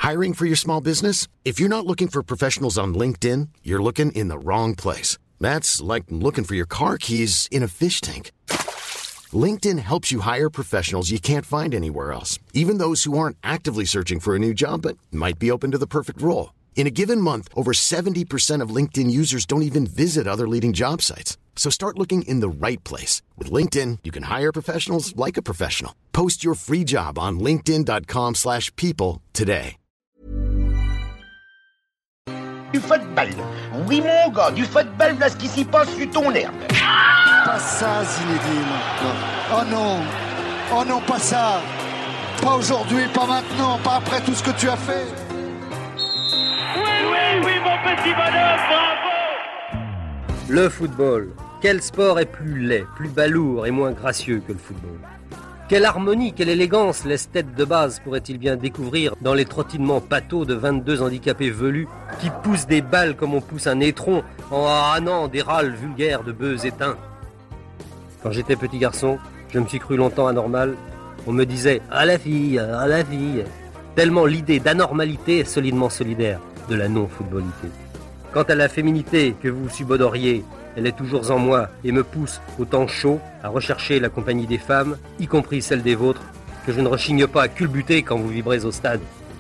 Hiring for your small business? If you're not looking for professionals on LinkedIn, you're looking in the wrong place. That's like looking for your car keys in a fish tank. LinkedIn helps you hire professionals you can't find anywhere else, even those who aren't actively searching for a new job but might be open to the perfect role. In a given month, over 70% of LinkedIn users don't even visit other leading job sites. So start looking in the right place. With LinkedIn, you can hire professionals like a professional. Post your free job on linkedin.com/people today. Du football. Oui, mon gars, du football, voilà ce qui s'y passe sur ton herbe. Pas ça, Zinedine. Oh non. Oh non, pas ça. Pas aujourd'hui, pas maintenant, pas après tout ce que tu as fait. Oui, mon petit bonhomme, bravo! Le football. Quel sport est plus laid, plus balourd et moins gracieux que le football? Quelle harmonie, quelle élégance l'esthète de base pourrait-il bien découvrir dans les trottinements pâteaux de 22 handicapés velus qui poussent des balles comme on pousse un étron en haranant des râles vulgaires de bœufs éteints. Quand j'étais petit garçon, je me suis cru longtemps anormal. On me disait « Ah la fille !» tellement l'idée d'anormalité est solidement solidaire de la non-footballité. Quant à la féminité que vous subodoriez, elle est toujours en moi et me pousse, au temps chaud, à rechercher la compagnie des femmes, y compris celle des vôtres, que je ne rechigne pas à culbuter quand vous vibrez au stade.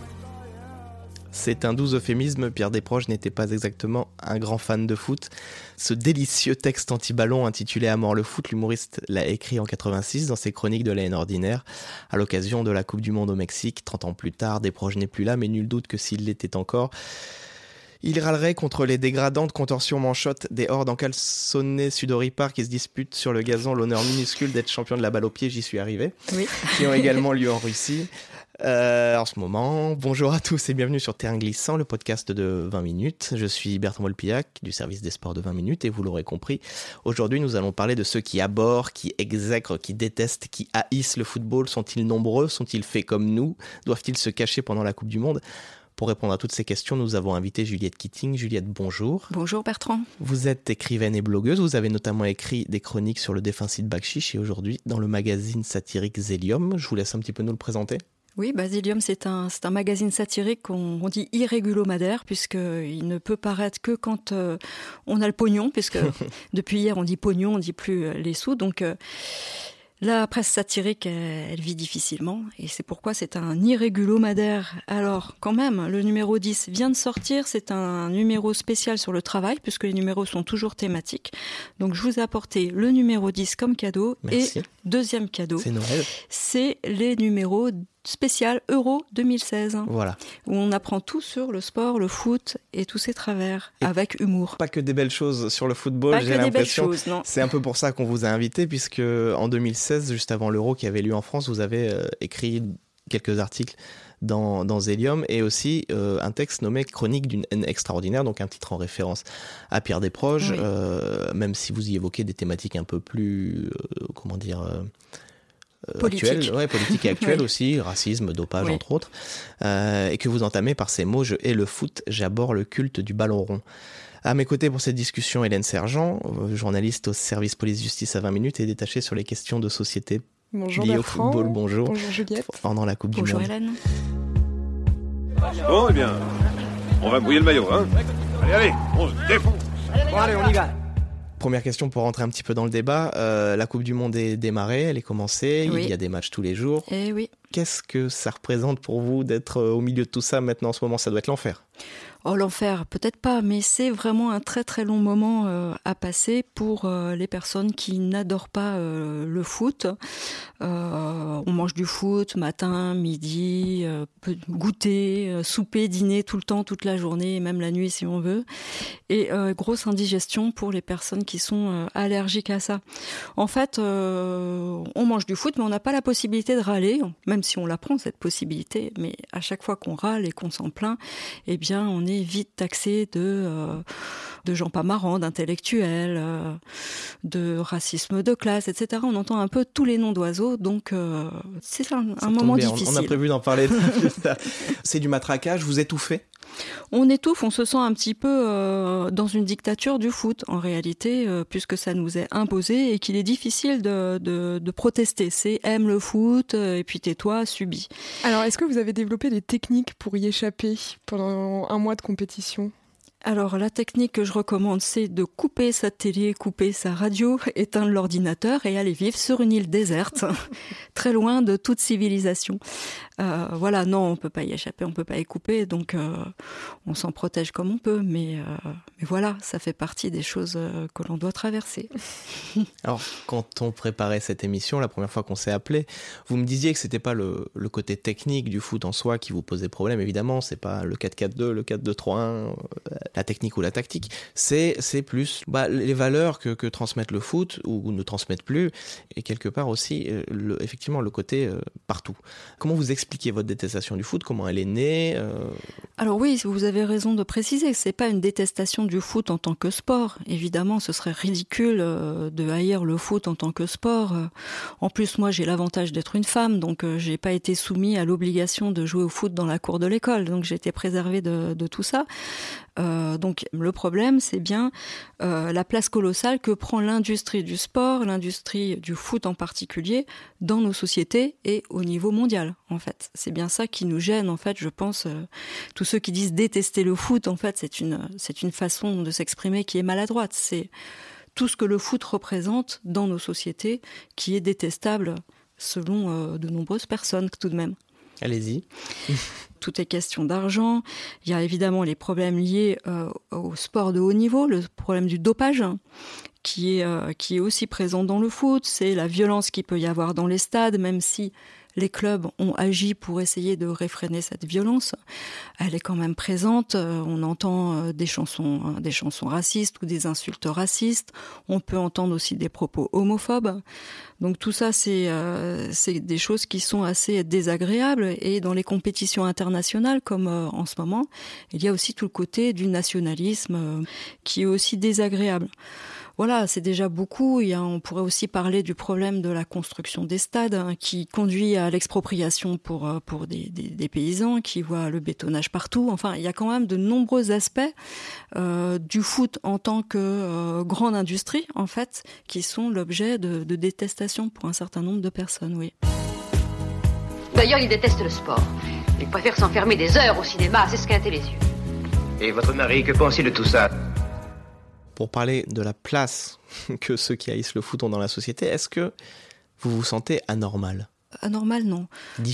C'est un doux euphémisme, Pierre Desproges n'était pas exactement un grand fan de foot. Ce délicieux texte anti-ballon intitulé « À mort le foot », l'humoriste l'a écrit en 86 dans ses chroniques de la haine ordinaire, à l'occasion de la Coupe du Monde au Mexique. 30 ans plus tard, Desproges n'est plus là, mais nul doute que s'il l'était encore, il râlerait contre les dégradantes contorsions manchottes des hordes encalçonnées sudoripares qui se disputent sur le gazon l'honneur minuscule d'être champion de la balle au pied, j'y suis arrivé, oui. Qui ont également lieu en Russie. En ce moment, bonjour à tous et bienvenue sur Terrain Glissant, le podcast de 20 minutes. Je suis Bertrand Volpillac du service des sports de 20 minutes et vous l'aurez compris, aujourd'hui nous allons parler de ceux qui abhorrent, qui exècrent, qui détestent, qui haïssent le football. Sont-ils nombreux? Sont-ils faits comme nous? Doivent-ils se cacher pendant la Coupe du Monde? Pour répondre à toutes ces questions, nous avons invité Juliette Kitting. Juliette, bonjour. Bonjour Bertrand. Vous êtes écrivaine et blogueuse. Vous avez notamment écrit des chroniques sur le défunt site Bakchiche et aujourd'hui dans le magazine satirique Zélium. Je vous laisse un petit peu nous le présenter. Oui, Zélium, c'est un magazine satirique, on dit irrégulomadaire, puisqu'il ne peut paraître que quand on a le pognon, puisque depuis hier on dit pognon, on dit plus les sous, donc... La presse satirique, elle vit difficilement et c'est pourquoi c'est un irrégulomadaire. Alors, quand même, le numéro 10 vient de sortir. C'est un numéro spécial sur le travail puisque les numéros sont toujours thématiques. Donc, je vous ai apporté le numéro 10 comme cadeau. Merci. Et deuxième cadeau, c'est Noël. C'est les numéros spécial Euro 2016. Voilà. Où on apprend tout sur le sport, le foot et tous ses travers, et avec humour. Pas que des belles choses sur le football, j'ai l'impression. Belles choses, non. C'est un peu pour ça qu'on vous a invité, puisque en 2016, juste avant l'Euro qui avait lieu en France, vous avez écrit quelques articles dans Zélium et aussi un texte nommé Chronique d'une haine extraordinaire, donc un titre en référence à Pierre Desproges, oui. Même si vous y évoquez des thématiques un peu plus, politique et actuelle oui. Aussi, racisme, dopage, oui. Entre autres, et que vous entamez par ces mots « Je hais le foot, j'abhorre le culte du ballon rond ». À mes côtés pour cette discussion, Hélène Sergent, journaliste au service police-justice à 20 minutes et détachée sur les questions de société liées au football. Bonjour. Bonjour Juliette. Pendant la Coupe Bonjour du Monde. Hélène. Bon, eh bien, on va mouiller le maillot, hein. Allez, on se défonce. Bon, allez, on y va. Première question pour rentrer un petit peu dans le débat. La Coupe du Monde est démarrée, elle est commencée, oui. Il y a des matchs tous les jours. Eh oui. Qu'est-ce que ça représente pour vous d'être au milieu de tout ça maintenant en ce moment? Ça doit être l'enfer. Oh, l'enfer, peut-être pas, mais c'est vraiment un très très long moment à passer pour les personnes qui n'adorent pas le foot. On mange du foot matin, midi, goûter, souper, dîner tout le temps, toute la journée, et même la nuit si on veut. Et grosse indigestion pour les personnes qui sont allergiques à ça. En fait, on mange du foot, mais on n'a pas la possibilité de râler, même si on la prend cette possibilité. Mais à chaque fois qu'on râle et qu'on s'en plaint, eh bien, on est vite taxé de gens pas marrants, d'intellectuels, de racisme de classe, etc. On entend un peu tous les noms d'oiseaux, donc c'est un moment difficile. On a prévu d'en parler. C'est du matraquage, vous étouffez? On étouffe, on se sent un petit peu dans une dictature du foot, en réalité, puisque ça nous est imposé et qu'il est difficile de protester. C'est aime le foot, et puis tais-toi. toi subis. Alors, est-ce que vous avez développé des techniques pour y échapper pendant un mois de compétition ? Alors, la technique que je recommande, c'est de couper sa télé, couper sa radio, éteindre l'ordinateur et aller vivre sur une île déserte, très loin de toute civilisation. Voilà, non, on peut pas y échapper, on peut pas y couper, donc on s'en protège comme on peut, mais voilà, ça fait partie des choses que l'on doit traverser. Alors, quand on préparait cette émission, la première fois qu'on s'est appelé, vous me disiez que c'était pas le côté technique du foot en soi qui vous posait problème, évidemment, c'est pas le 4-4-2, le 4-2-3-1, la technique ou la tactique, c'est plus les valeurs que transmettent le foot ou ne transmettent plus, et quelque part aussi, effectivement, le côté partout. Comment vous expliquez votre détestation du foot ? Comment elle est née ? Alors oui, vous avez raison de préciser, c'est pas une détestation du foot en tant que sport. Évidemment, ce serait ridicule de haïr le foot en tant que sport. En plus, moi, j'ai l'avantage d'être une femme, donc j'ai pas été soumise à l'obligation de jouer au foot dans la cour de l'école, donc j'ai été préservée de tout ça. Donc le problème, c'est bien la place colossale que prend l'industrie du sport, l'industrie du foot en particulier, dans nos sociétés et au niveau mondial, en fait. C'est bien ça qui nous gêne, en fait, je pense. Tous ceux qui disent détester le foot, en fait, c'est une façon de s'exprimer qui est maladroite. C'est tout ce que le foot représente dans nos sociétés qui est détestable selon de nombreuses personnes, tout de même. Allez-y. Tout est question d'argent. Il y a évidemment les problèmes liés au sport de haut niveau, le problème du dopage qui est aussi présent dans le foot. C'est la violence qu'il peut y avoir dans les stades, même si les clubs ont agi pour essayer de réfréner cette violence. Elle est quand même présente. On entend des chansons racistes ou des insultes racistes. On peut entendre aussi des propos homophobes. Donc tout ça, c'est des choses qui sont assez désagréables. Et dans les compétitions internationales, comme en ce moment, il y a aussi tout le côté du nationalisme qui est aussi désagréable. Voilà, c'est déjà beaucoup. On pourrait aussi parler du problème de la construction des stades qui conduit à l'expropriation pour des paysans qui voient le bétonnage partout. Enfin, il y a quand même de nombreux aspects du foot en tant que grande industrie, en fait, qui sont l'objet de détestation pour un certain nombre de personnes, oui. D'ailleurs, il déteste le sport. Il préfère s'enfermer des heures au cinéma à s'esquinter les yeux. Et votre mari, que pense-t-il de tout ça ? Pour parler de la place que ceux qui haïssent le foot ont dans la société, est-ce que vous vous sentez anormal ? Anormal, non.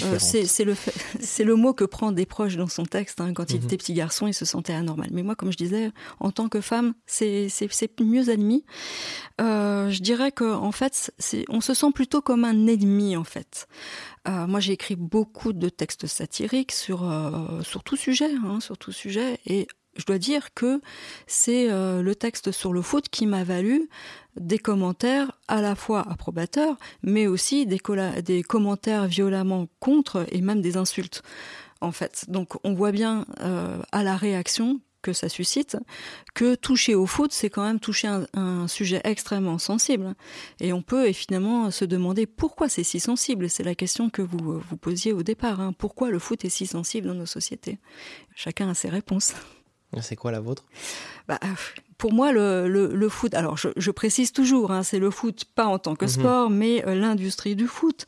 C'est le mot que prend Desproges dans son texte. Quand il était petit garçon, il se sentait anormal. Mais moi, comme je disais, en tant que femme, c'est mieux admis. Je dirais qu'en fait, on se sent plutôt comme un ennemi, en fait. Moi, j'ai écrit beaucoup de textes satiriques sur tout sujet, et je dois dire que c'est le texte sur le foot qui m'a valu des commentaires à la fois approbateurs, mais aussi des commentaires violemment contre et même des insultes, en fait. Donc on voit bien à la réaction que ça suscite, que toucher au foot, c'est quand même toucher un sujet extrêmement sensible. Et on peut finalement se demander pourquoi c'est si sensible. C'est la question que vous posiez au départ. Pourquoi le foot est si sensible dans nos sociétés ? Chacun a ses réponses. C'est quoi la vôtre ? Pour moi, le foot, alors je précise toujours, c'est le foot pas en tant que sport, mais l'industrie du foot.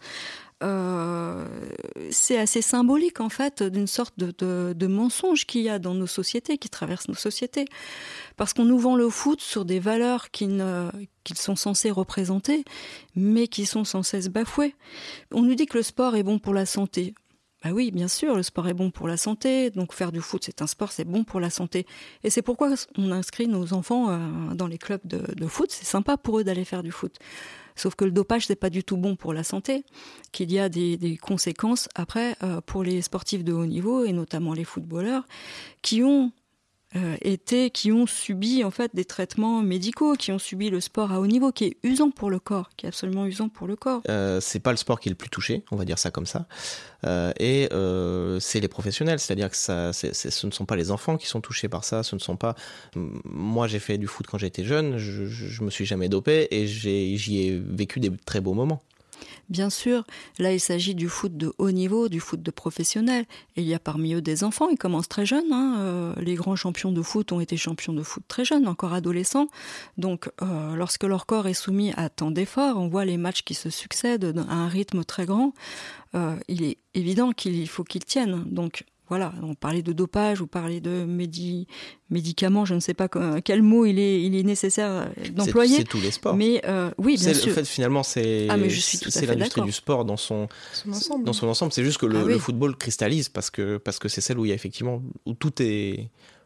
C'est assez symbolique en fait d'une sorte de mensonge qu'il y a dans nos sociétés, qui traversent nos sociétés. Parce qu'on nous vend le foot sur des valeurs qu'ils sont censés représenter, mais qui sont sans cesse bafouées. On nous dit que le sport est bon pour la santé. Oui, bien sûr, le sport est bon pour la santé, donc faire du foot, c'est un sport, c'est bon pour la santé. Et c'est pourquoi on inscrit nos enfants dans les clubs de foot, c'est sympa pour eux d'aller faire du foot. Sauf que le dopage, c'est pas du tout bon pour la santé, qu'il y a des conséquences après pour les sportifs de haut niveau, et notamment les footballeurs, qui ont subi en fait des traitements médicaux, qui ont subi le sport à haut niveau, qui est usant pour le corps, qui est absolument usant pour le corps. C'est pas le sport qui est le plus touché, on va dire ça comme ça, et c'est les professionnels, c'est-à-dire que ce ne sont pas les enfants qui sont touchés par ça, ce ne sont pas. Moi, j'ai fait du foot quand j'étais jeune, je me suis jamais dopé et j'y ai vécu des très beaux moments. Bien sûr, là il s'agit du foot de haut niveau, du foot de professionnel. Et il y a parmi eux des enfants, ils commencent très jeunes. Les grands champions de foot ont été champions de foot très jeunes, encore adolescents. Donc lorsque leur corps est soumis à tant d'efforts, on voit les matchs qui se succèdent à un rythme très grand. Il est évident qu'il faut qu'ils tiennent. Donc voilà, on parlait de dopage, vous parlez de médicaments, je ne sais pas quel mot il est nécessaire d'employer. C'est tous les sports. Mais oui, bien sûr. En fait, finalement, c'est l'industrie d'accord. du sport dans son ensemble. C'est juste que le football cristallise parce que c'est celle où il y a effectivement où tout est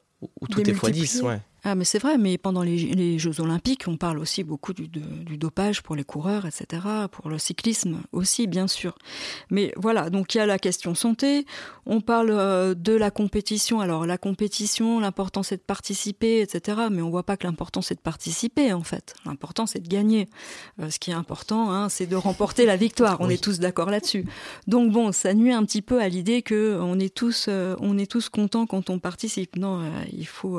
x10. Ouais. Ah, mais c'est vrai, mais pendant les Jeux Olympiques, on parle aussi beaucoup du dopage pour les coureurs, etc., pour le cyclisme aussi, bien sûr. Mais voilà, donc il y a la question santé, on parle de la compétition. Alors la compétition, l'important c'est de participer, etc., mais on voit pas que l'important c'est de participer, en fait. L'important c'est de gagner. Ce qui est important, c'est de remporter la victoire. On est tous d'accord là-dessus. Donc bon, ça nuit un petit peu à l'idée que on est tous contents quand on participe. Non, il faut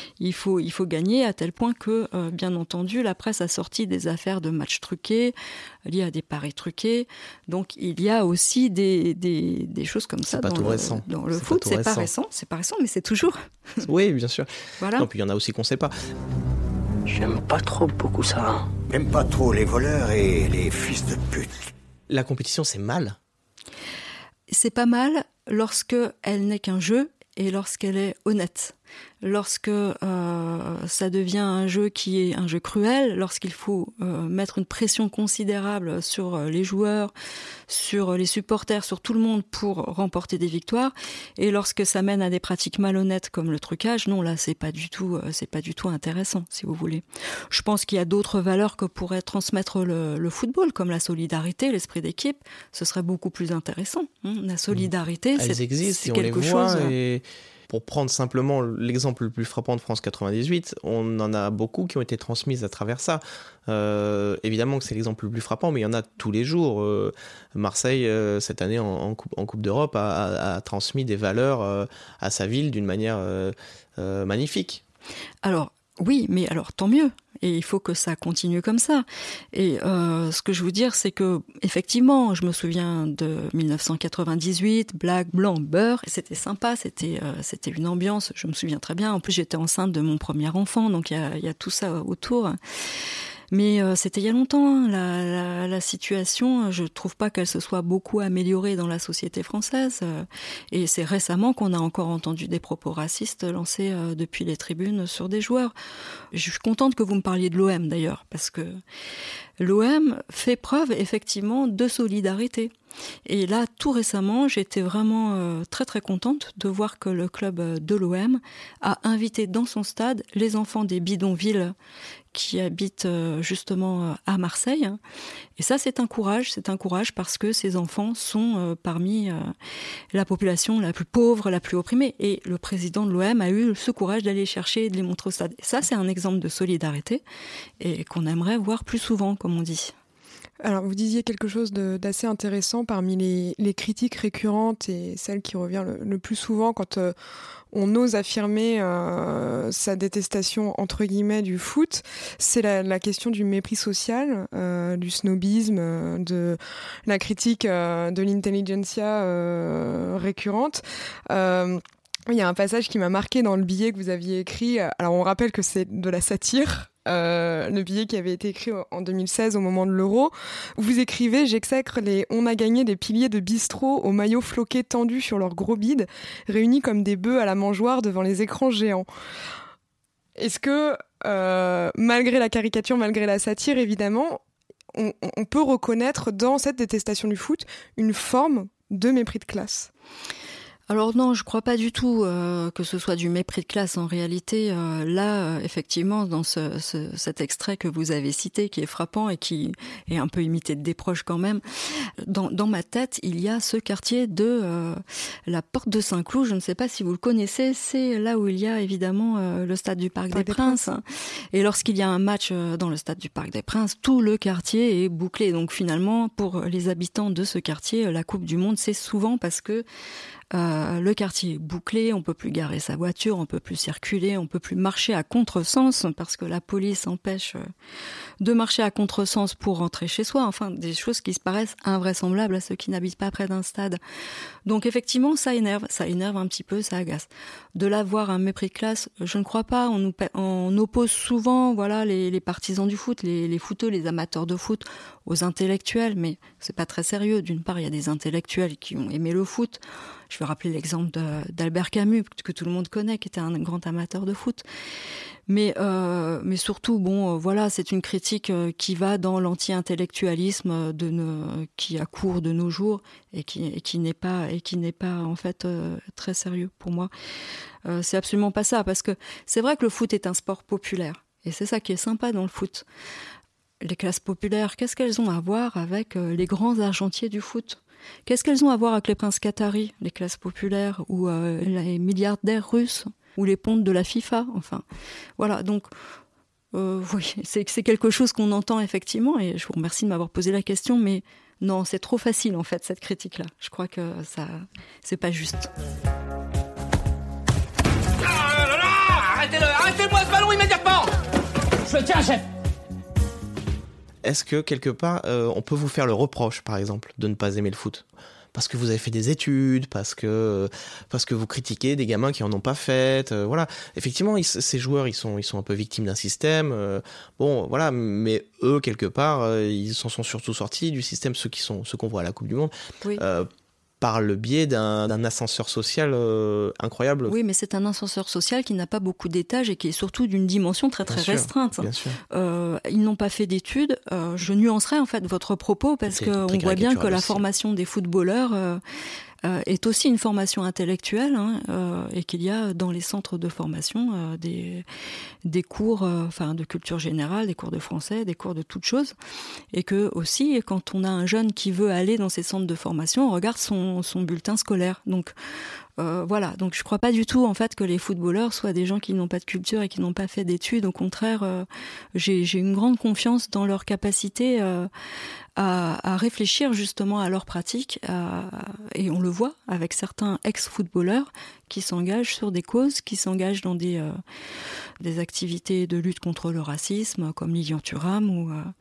gagner, à tel point que, bien entendu, la presse a sorti des affaires de matchs truqués, liées à des paris truqués. Donc, il y a aussi des choses comme ça dans le foot. C'est pas récent, mais c'est toujours. Oui, bien sûr. Voilà. Non, puis il y en a aussi qu'on sait pas. J'aime pas trop beaucoup ça. J'aime pas trop les voleurs et les fils de pute. La compétition, c'est mal. C'est pas mal lorsque elle n'est qu'un jeu et lorsqu'elle est honnête. Lorsque ça devient un jeu qui est un jeu cruel, lorsqu'il faut mettre une pression considérable sur les joueurs, sur les supporters, sur tout le monde pour remporter des victoires, et lorsque ça mène à des pratiques malhonnêtes comme le trucage, non, là c'est pas du tout intéressant, si vous voulez. Je pense qu'il y a d'autres valeurs que pourrait transmettre le football, comme la solidarité, l'esprit d'équipe. Ce serait beaucoup plus intéressant. La solidarité, elles existent, c'est et quelque on les chose. Voit et... Pour prendre simplement l'exemple le plus frappant de France 98, on en a beaucoup qui ont été transmises à travers ça. Évidemment que c'est l'exemple le plus frappant, mais il y en a tous les jours. Marseille, cette année en Coupe d'Europe, a transmis des valeurs à sa ville d'une manière magnifique. Alors, oui, mais alors tant mieux. Et il faut que ça continue comme ça. Et ce que je veux dire, c'est que effectivement, je me souviens de 1998, black, blanc, beurre. C'était sympa, c'était une ambiance. Je me souviens très bien. En plus, j'étais enceinte de mon premier enfant, donc il y a tout ça autour. Mais c'était il y a longtemps, la situation, je trouve pas qu'elle se soit beaucoup améliorée dans la société française. Et c'est récemment qu'on a encore entendu des propos racistes lancés depuis les tribunes sur des joueurs. Je suis contente que vous me parliez de l'OM d'ailleurs, parce que l'OM fait preuve effectivement de solidarité. Et là, tout récemment, j'étais vraiment très très contente de voir que le club de l'OM a invité dans son stade les enfants des bidonvilles qui habitent justement à Marseille. Et ça, c'est un courage parce que ces enfants sont parmi la population la plus pauvre, la plus opprimée. Et le président de l'OM a eu ce courage d'aller chercher et de les montrer au stade. Et ça, c'est un exemple de solidarité et qu'on aimerait voir plus souvent, comme on dit. Alors, vous disiez quelque chose d'assez intéressant parmi les critiques récurrentes et celle qui revient le plus souvent quand on ose affirmer sa détestation, entre guillemets, du foot. C'est la question du mépris social, du snobisme, de la critique de l'intelligentsia récurrente. Il y a un passage qui m'a marqué dans le billet que vous aviez écrit. Alors, on rappelle que c'est de la satire. Le billet qui avait été écrit en 2016 au moment de l'Euro. Vous écrivez « J'exècre les « on a gagné des piliers de bistrot aux maillots floqués tendus sur leurs gros bides, réunis comme des bœufs à la mangeoire devant les écrans géants ». Est-ce que, malgré la caricature, malgré la satire, évidemment, on peut reconnaître dans cette détestation du foot une forme de mépris de classe ? Alors non, je crois pas du tout que ce soit du mépris de classe. En réalité, là, effectivement, dans cet extrait que vous avez cité, qui est frappant et qui est un peu imité de Desproges quand même, dans ma tête, il y a ce quartier de la Porte de Saint-Cloud. Je ne sais pas si vous le connaissez. C'est là où il y a évidemment le stade du Parc des Princes. Et lorsqu'il y a un match dans le stade du Parc des Princes, tout le quartier est bouclé. Donc finalement, pour les habitants de ce quartier, la Coupe du Monde, c'est souvent parce que Le quartier est bouclé, on peut plus garer sa voiture, on peut plus circuler, on peut plus marcher à contresens parce que la police empêche de marcher à contresens pour rentrer chez soi. Enfin, des choses qui se paraissent invraisemblables à ceux qui n'habitent pas près d'un stade. Donc effectivement, ça énerve un petit peu, ça agace. De là voir un mépris de classe, je ne crois pas. On oppose souvent, voilà, les partisans du foot, les footeux, les amateurs de foot aux intellectuels, mais c'est pas très sérieux. D'une part, il y a des intellectuels qui ont aimé le foot. Je vais rappeler l'exemple d'Albert Camus, que tout le monde connaît, qui était un grand amateur de foot. Mais surtout, voilà, c'est une critique qui va dans l'anti-intellectualisme qui a cours de nos jours et qui n'est pas en fait très sérieux pour moi. C'est absolument pas ça, parce que c'est vrai que le foot est un sport populaire et c'est ça qui est sympa dans le foot. Les classes populaires, qu'est-ce qu'elles ont à voir avec les grands argentiers du foot ? Qu'est-ce qu'elles ont à voir avec les princes qataris, les classes populaires, ou les milliardaires russes, ou les pontes de la FIFA, enfin, voilà, donc, oui, c'est quelque chose qu'on entend effectivement, et je vous remercie de m'avoir posé la question, mais non, c'est trop facile en fait, cette critique-là. Je crois que ça, c'est pas juste. Ah là là, arrêtez-moi ce ballon immédiatement. Je le tiens, chef. Est-ce que, quelque part, on peut vous faire le reproche, par exemple, de ne pas aimer le foot ? Parce que vous avez fait des études, parce que vous critiquez des gamins qui en ont pas fait, voilà. Effectivement, ces joueurs, ils sont un peu victimes d'un système, voilà, mais eux, quelque part, ils s'en sont surtout sortis du système, ceux qu'on voit à la Coupe du Monde. Oui. Par le biais d'un ascenseur social incroyable. Oui, mais c'est un ascenseur social qui n'a pas beaucoup d'étages et qui est surtout d'une dimension très très restreinte. Bien sûr. Ils n'ont pas fait d'études. Je nuancerai en fait votre propos parce qu'on voit bien que la formation des footballeurs est aussi une formation intellectuelle et qu'il y a dans les centres de formation des cours de culture générale, des cours de français, des cours de toutes choses, et que aussi quand on a un jeune qui veut aller dans ces centres de formation, on regarde son bulletin scolaire. Donc voilà, donc je crois pas du tout en fait que les footballeurs soient des gens qui n'ont pas de culture et qui n'ont pas fait d'études. Au contraire, j'ai une grande confiance dans leur capacité à réfléchir justement à leur pratique, et on le voit avec certains ex-footballeurs qui s'engagent sur des causes, qui s'engagent dans des activités de lutte contre le racisme, comme Lilian Thuram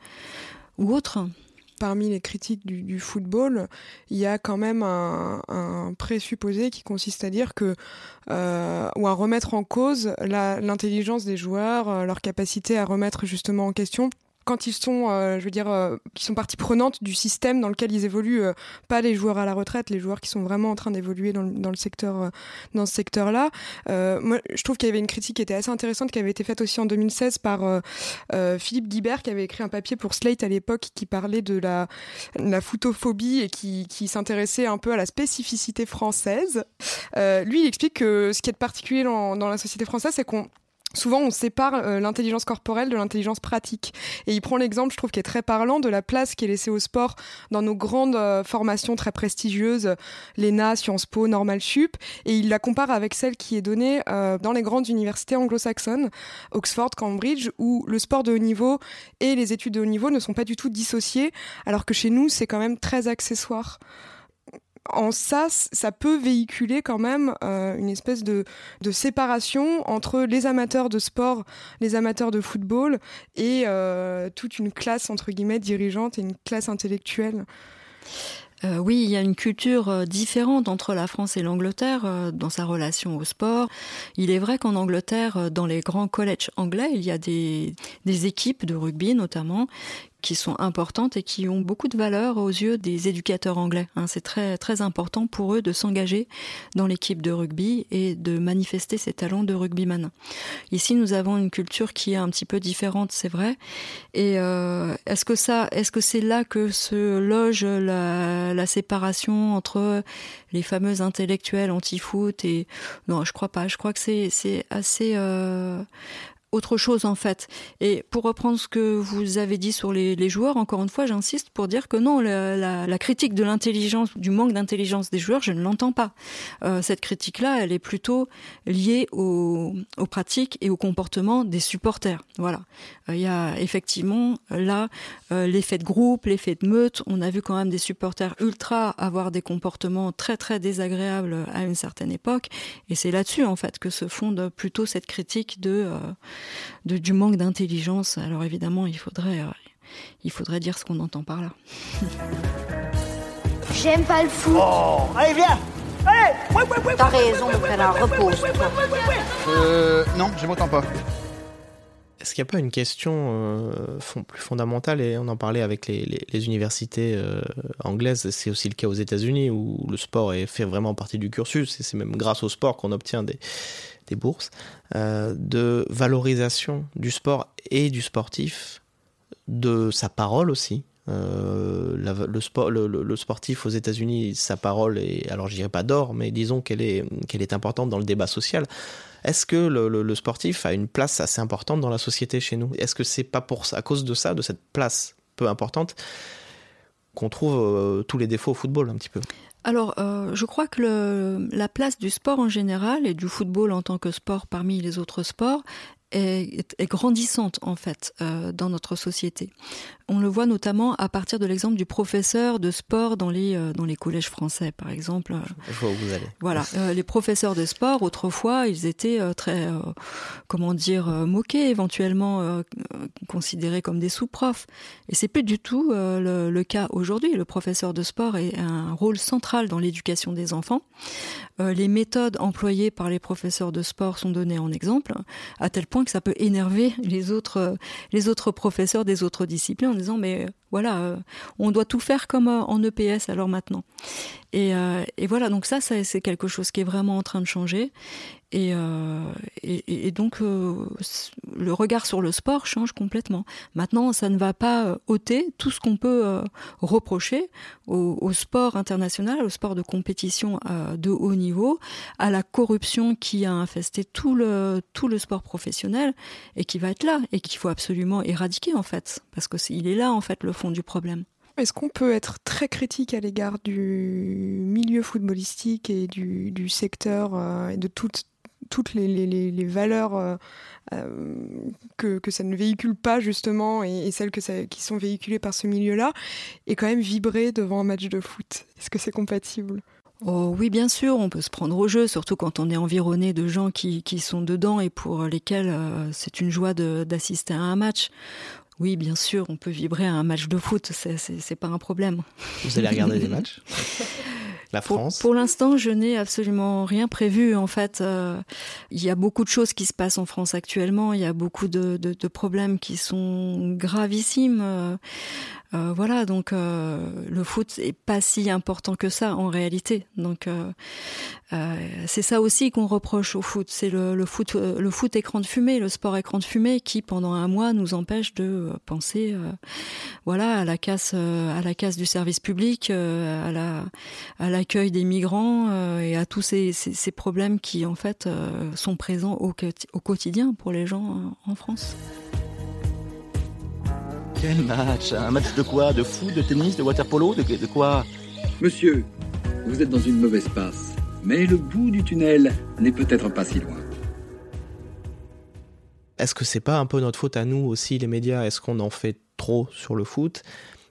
ou autres. Parmi les critiques du football, il y a quand même un présupposé qui consiste à dire que ou à remettre en cause l'intelligence des joueurs, leur capacité à remettre justement en question quand ils sont, qui sont partie prenante du système dans lequel ils évoluent, pas les joueurs à la retraite, les joueurs qui sont vraiment en train d'évoluer dans ce secteur-là. Moi, je trouve qu'il y avait une critique qui était assez intéressante, qui avait été faite aussi en 2016 par Philippe Guibert, qui avait écrit un papier pour Slate à l'époque, qui parlait de la footophobie et qui s'intéressait un peu à la spécificité française. Lui, il explique que ce qui est particulier dans la société française, c'est souvent, on sépare l'intelligence corporelle de l'intelligence pratique. Et il prend l'exemple, je trouve, qui est très parlant, de la place qui est laissée au sport dans nos grandes formations très prestigieuses, l'ENA, Sciences Po, Normal Sup, et il la compare avec celle qui est donnée dans les grandes universités anglo-saxonnes, Oxford, Cambridge, où le sport de haut niveau et les études de haut niveau ne sont pas du tout dissociés, alors que chez nous, c'est quand même très accessoire. En ça peut véhiculer quand même une espèce de séparation entre les amateurs de sport, les amateurs de football et toute une classe, entre guillemets, dirigeante et une classe intellectuelle. Oui, il y a une culture différente entre la France et l'Angleterre dans sa relation au sport. Il est vrai qu'en Angleterre, dans les grands collèges anglais, il y a des équipes de rugby notamment qui sont importantes et qui ont beaucoup de valeur aux yeux des éducateurs anglais. C'est très, très important pour eux de s'engager dans l'équipe de rugby et de manifester ses talents de rugbyman. Ici, nous avons une culture qui est un petit peu différente, c'est vrai. Et est-ce que c'est là que se loge la séparation entre les fameux intellectuels anti-foot et... Non, je crois pas. Je crois que c'est assez... autre chose en fait. Et pour reprendre ce que vous avez dit sur les joueurs, encore une fois, j'insiste pour dire que non, la critique de l'intelligence, du manque d'intelligence des joueurs, je ne l'entends pas. Cette critique-là, elle est plutôt liée aux pratiques et au comportement des supporters. Voilà. Il y a effectivement là l'effet de groupe, l'effet de meute. On a vu quand même des supporters ultra avoir des comportements très très désagréables à une certaine époque. Et c'est là-dessus en fait que se fonde plutôt cette critique du manque d'intelligence. Alors évidemment, il faudrait dire ce qu'on entend par là. J'aime pas le foot. Oh, allez, viens. Allez, ouais. T'as raison, frère, repose-toi. Non, j'aime autant pas. Est-ce qu'il n'y a pas une question plus fondamentale, et on en parlait avec les universités anglaises, c'est aussi le cas aux États-Unis où le sport fait vraiment partie du cursus, et c'est même grâce au sport qu'on obtient des bourses, de valorisation du sport et du sportif, de sa parole aussi. Le sportif aux États-Unis, sa parole est, alors je dirais pas d'or, mais disons qu'elle est importante dans le débat social. Est-ce que le sportif a une place assez importante dans la société chez nous ? Est-ce que c'est pas à cause de ça, de cette place peu importante, qu'on trouve tous les défauts au football un petit peu ? Alors, je crois que la place du sport en général et du football en tant que sport parmi les autres sports est grandissante en fait dans notre société. On le voit notamment à partir de l'exemple du professeur de sport dans les collèges français, par exemple. Je vois où vous allez. Voilà, les professeurs de sport, autrefois, ils étaient très, moqués, éventuellement considérés comme des sous-profs. Et c'est plus du tout le cas aujourd'hui. Le professeur de sport a un rôle central dans l'éducation des enfants. Les méthodes employées par les professeurs de sport sont données en exemple, à tel point que ça peut énerver les autres professeurs des autres disciplines en disant mais voilà, on doit tout faire comme en EPS alors maintenant. Et voilà, donc ça c'est quelque chose qui est vraiment en train de changer. Et donc le regard sur le sport change complètement. Maintenant, ça ne va pas ôter tout ce qu'on peut reprocher au sport international, au sport de compétition de haut niveau, à la corruption qui a infesté tout le sport professionnel et qui va être là et qu'il faut absolument éradiquer en fait, parce que il est là en fait le fond du problème. Est-ce qu'on peut être très critique à l'égard du milieu footballistique et du secteur et de toutes les valeurs que ça ne véhicule pas justement et celles qui sont véhiculées par ce milieu-là, et quand même vibrer devant un match de foot? Est-ce que c'est compatible? Oh, oui, bien sûr, on peut se prendre au jeu, surtout quand on est environné de gens qui sont dedans et pour lesquels c'est une joie d'assister à un match. Oui, bien sûr, on peut vibrer à un match de foot, c'est pas un problème. Vous allez regarder des matchs ? La France. Pour l'instant, je n'ai absolument rien prévu. En fait, il y a beaucoup de choses qui se passent en France actuellement. Il y a beaucoup de problèmes qui sont gravissimes. Voilà, donc le foot est pas si important que ça en réalité. Donc c'est ça aussi qu'on reproche au foot, c'est le foot écran de fumée, le sport écran de fumée qui pendant un mois nous empêche de penser à la casse du service public, à l'accueil des migrants et à tous ces problèmes qui en fait sont présents au quotidien pour les gens en France. Quel match? Un match de quoi? De foot, de tennis, de water-polo, de quoi? Monsieur, vous êtes dans une mauvaise passe, mais le bout du tunnel n'est peut-être pas si loin. Est-ce que c'est pas un peu notre faute à nous aussi, les médias? Est-ce qu'on en fait trop sur le foot?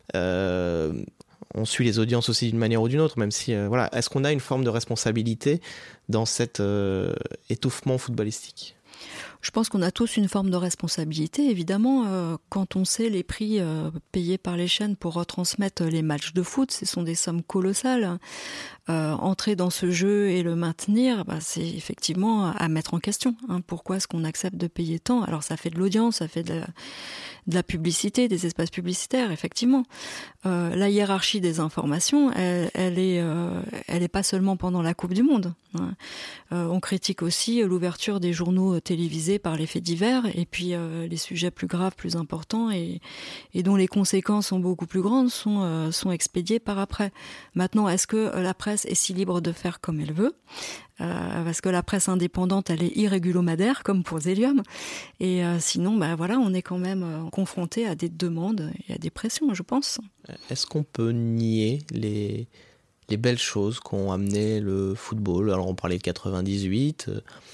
On suit les audiences aussi d'une manière ou d'une autre, même si, est-ce qu'on a une forme de responsabilité dans cet étouffement footballistique? Je pense qu'on a tous une forme de responsabilité, évidemment. Quand on sait les prix payés par les chaînes pour retransmettre les matchs de foot, ce sont des sommes colossales. Entrer dans ce jeu et le maintenir, c'est effectivement à mettre en question. Pourquoi est-ce qu'on accepte de payer tant? Alors ça fait de l'audience, ça fait de la publicité, des espaces publicitaires, effectivement. La hiérarchie des informations, elle est pas seulement pendant la Coupe du Monde. On critique aussi l'ouverture des journaux télévisés par les faits divers, et puis les sujets plus graves, plus importants, et dont les conséquences sont beaucoup plus grandes, sont expédiés par après. Maintenant, est-ce que la presse est si libre de faire comme elle veut ? Parce que la presse indépendante, elle est irrégulomadaire, comme pour Zélium. Et sinon, voilà, on est quand même confronté à des demandes et à des pressions, je pense. Est-ce qu'on peut nier les belles choses qu'ont amené le football ? Alors, on parlait de 98,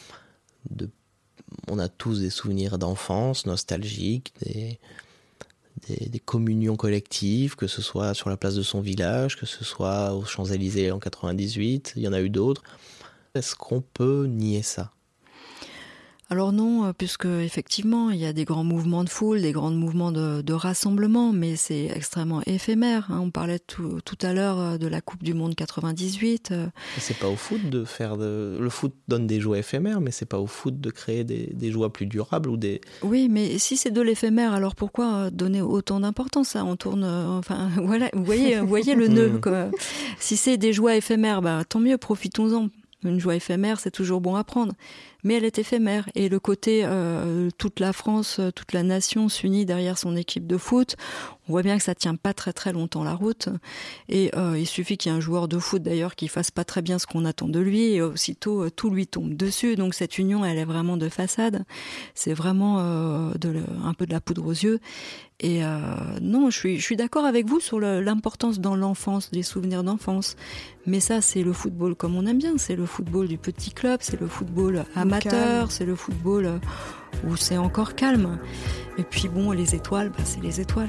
on a tous des souvenirs d'enfance nostalgiques, des communions collectives, que ce soit sur la place de son village, que ce soit aux Champs-Élysées en 98, il y en a eu d'autres. Est-ce qu'on peut nier ça ? Alors non, puisque effectivement, il y a des grands mouvements de foule, des grands mouvements de rassemblement, mais c'est extrêmement éphémère. On parlait tout à l'heure de la Coupe du Monde 98. C'est pas au foot de faire le foot donne des joies éphémères, mais c'est pas au foot de créer des joies plus durables ou des. Oui, mais si c'est de l'éphémère, alors pourquoi donner autant d'importance ? On tourne, voilà, vous voyez le nœud. Si c'est des joies éphémères, tant mieux, profitons-en. Une joie éphémère, c'est toujours bon à prendre. Mais elle est éphémère. Et le côté, toute la France, toute la nation s'unit derrière son équipe de foot, on voit bien que ça tient pas très très longtemps la route. Et il suffit qu'il y ait un joueur de foot d'ailleurs qui fasse pas très bien ce qu'on attend de lui, et aussitôt tout lui tombe dessus. Donc cette union, elle est vraiment de façade. C'est vraiment un peu de la poudre aux yeux. Et non, je suis d'accord avec vous sur l'importance dans l'enfance, des souvenirs d'enfance. Mais ça, c'est le football comme on aime bien. C'est le football du petit club, c'est le football amateur, c'est le football où c'est encore calme. Et puis bon, les étoiles, c'est les étoiles.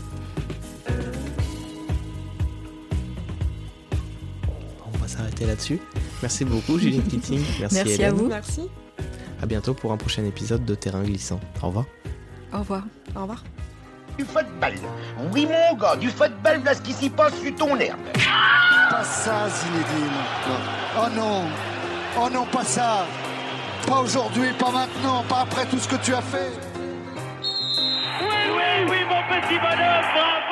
On va s'arrêter là-dessus. Merci beaucoup, Juline Keating. Merci Hélène. à vous. Merci. À bientôt pour un prochain épisode de Terrain glissant. Au revoir. Au revoir. Au revoir. Du football. Oui, mon gars, du football, là, ce qui s'y passe sur ton herbe. Pas ça, Zinedine. Oh non. Oh non, pas ça. Pas aujourd'hui, pas maintenant, pas après tout ce que tu as fait. Oui, mon petit bonhomme, bravo!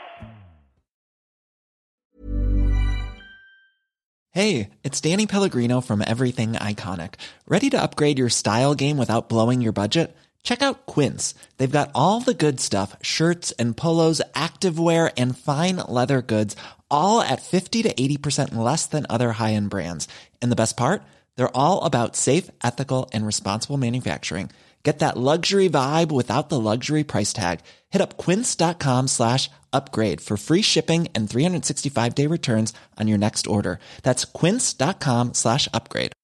Hey, it's Danny Pellegrino from Everything Iconic. Ready to upgrade your style game without blowing your budget? Check out Quince. They've got all the good stuff, shirts and polos, activewear, and fine leather goods, all at 50 to 80% less than other high-end brands. And the best part? They're all about safe, ethical, and responsible manufacturing. Get that luxury vibe without the luxury price tag. Hit up quince.com/upgrade for free shipping and 365-day returns on your next order. That's quince.com/upgrade.